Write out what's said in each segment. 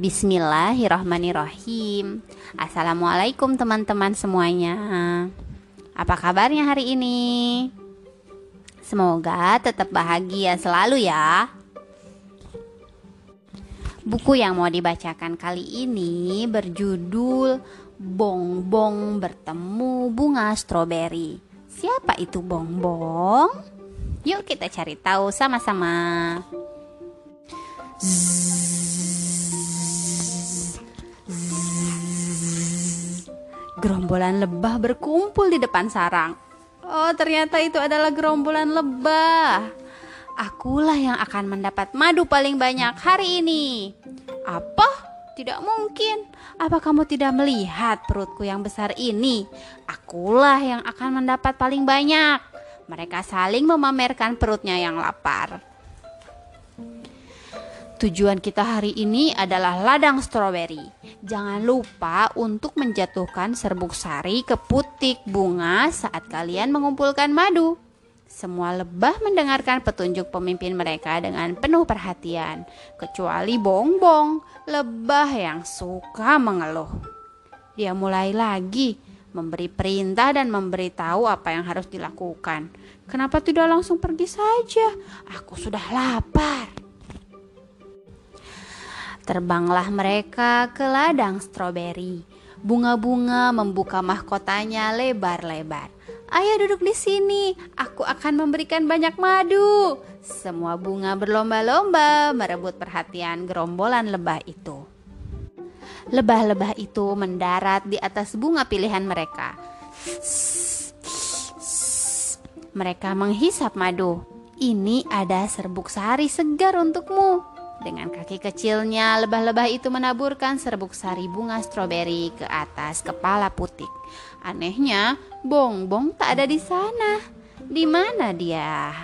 Bismillahirrahmanirrahim. Assalamualaikum teman-teman semuanya. Apa kabarnya hari ini? Semoga tetap bahagia selalu ya. Buku yang mau dibacakan kali ini berjudul Bongbong Bertemu Bunga Stroberi. Siapa itu Bongbong? Yuk kita cari tahu sama-sama. Gerombolan lebah berkumpul di depan sarang. Oh, ternyata itu adalah gerombolan lebah. Akulah yang akan mendapat madu paling banyak hari ini. Apa? Tidak mungkin. Apa kamu tidak melihat perutku yang besar ini? Akulah yang akan mendapat paling banyak. Mereka saling memamerkan perutnya yang lapar. Tujuan kita hari ini adalah ladang stroberi. Jangan lupa untuk menjatuhkan serbuk sari ke putik bunga saat kalian mengumpulkan madu. Semua lebah mendengarkan petunjuk pemimpin mereka dengan penuh perhatian, kecuali Bongbong, lebah yang suka mengeluh. Dia mulai lagi memberi perintah dan memberitahu apa yang harus dilakukan. Kenapa tidak langsung pergi saja? Aku sudah lapar. Terbanglah mereka ke ladang stroberi. Bunga-bunga membuka mahkotanya lebar-lebar. Ayo duduk di sini, aku akan memberikan banyak madu. Semua bunga berlomba-lomba merebut perhatian gerombolan lebah itu. Lebah-lebah itu mendarat di atas bunga pilihan mereka. Mereka menghisap madu. Ini ada serbuk sari segar untukmu. Dengan kaki kecilnya, lebah-lebah itu menaburkan serbuk sari bunga stroberi ke atas kepala putik. Anehnya, Bongbong tak ada di sana. Di mana dia?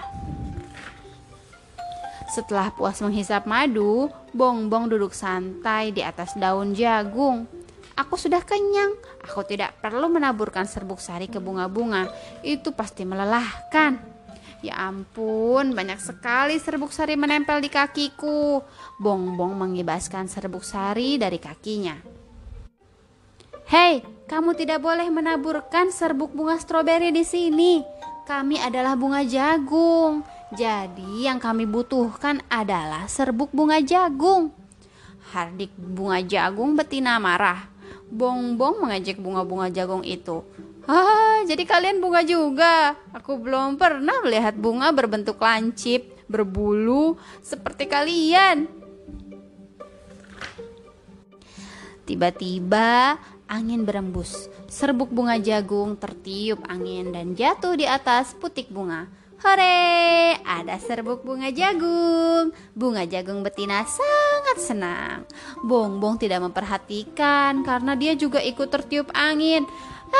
Setelah puas menghisap madu, Bongbong duduk santai di atas daun jagung. Aku sudah kenyang. Aku tidak perlu menaburkan serbuk sari ke bunga-bunga. Itu pasti melelahkan. Ya ampun, banyak sekali serbuk sari menempel di kakiku. Bongbong mengibaskan serbuk sari dari kakinya. Hei, kamu tidak boleh menaburkan serbuk bunga stroberi di sini. Kami adalah bunga jagung. Jadi yang kami butuhkan adalah serbuk bunga jagung. Hardik bunga jagung betina marah. Bongbong mengejek bunga-bunga jagung itu. Jadi kalian bunga juga. Aku belum pernah melihat bunga berbentuk lancip, berbulu seperti kalian. Tiba-tiba angin berembus. Serbuk bunga jagung tertiup angin dan jatuh di atas putik bunga. Hore, ada serbuk bunga jagung. Bunga jagung betina sangat senang. Bongbong tidak memperhatikan karena dia juga ikut tertiup angin.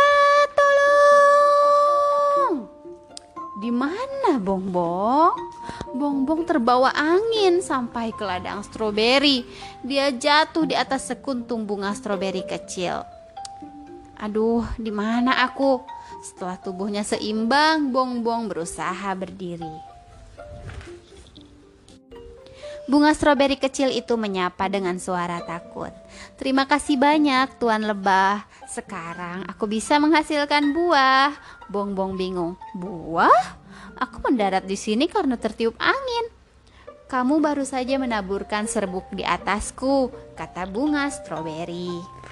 Tolong! Di mana Bongbong? Bongbong terbawa angin sampai ke ladang stroberi. Dia jatuh di atas sekuntum bunga stroberi kecil. Aduh, di mana aku? Setelah tubuhnya seimbang, Bongbong berusaha berdiri. Bunga stroberi kecil itu menyapa dengan suara takut. Terima kasih banyak, Tuan Lebah. Sekarang aku bisa menghasilkan buah. Bongbong bingung. Buah? Aku mendarat di sini karena tertiup angin. Kamu baru saja menaburkan serbuk di atasku, kata bunga stroberi.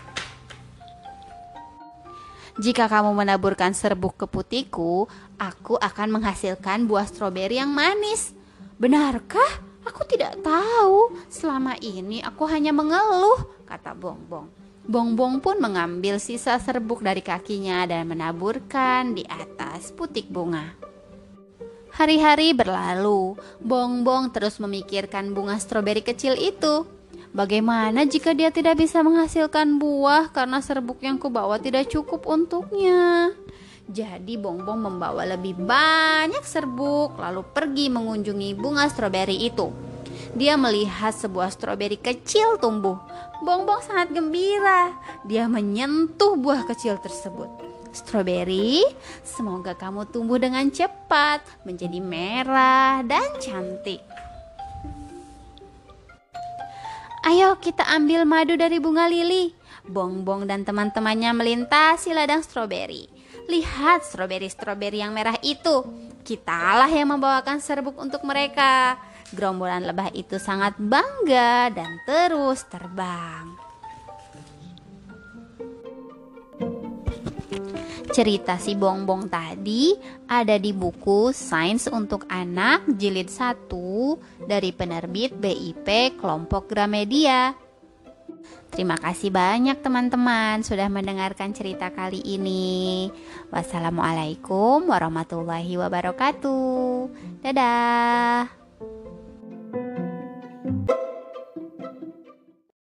Jika kamu menaburkan serbuk ke putiku, aku akan menghasilkan buah stroberi yang manis. Benarkah? Aku tidak tahu. Selama ini aku hanya mengeluh, kata Bongbong. Bongbong pun mengambil sisa serbuk dari kakinya dan menaburkan di atas putik bunga. Hari-hari berlalu. Bongbong terus memikirkan bunga stroberi kecil itu. Bagaimana jika dia tidak bisa menghasilkan buah karena serbuk yang kubawa tidak cukup untuknya? Jadi Bongbong membawa lebih banyak serbuk lalu pergi mengunjungi bunga stroberi itu. Dia melihat sebuah stroberi kecil tumbuh. Bongbong sangat gembira. Dia menyentuh buah kecil tersebut. Stroberi, semoga kamu tumbuh dengan cepat, menjadi merah dan cantik. Ayo kita ambil madu dari bunga lili. Bongbong dan teman-temannya melintasi ladang stroberi. Lihat stroberi-stroberi yang merah itu. Kitalah yang membawakan serbuk untuk mereka. Gerombolan lebah itu sangat bangga dan terus terbang. Cerita si Bongbong tadi ada di buku Sains untuk Anak jilid 1 dari penerbit BIP Kelompok Gramedia. Terima kasih banyak teman-teman sudah mendengarkan cerita kali ini. Wassalamualaikum warahmatullahi wabarakatuh. Dadah.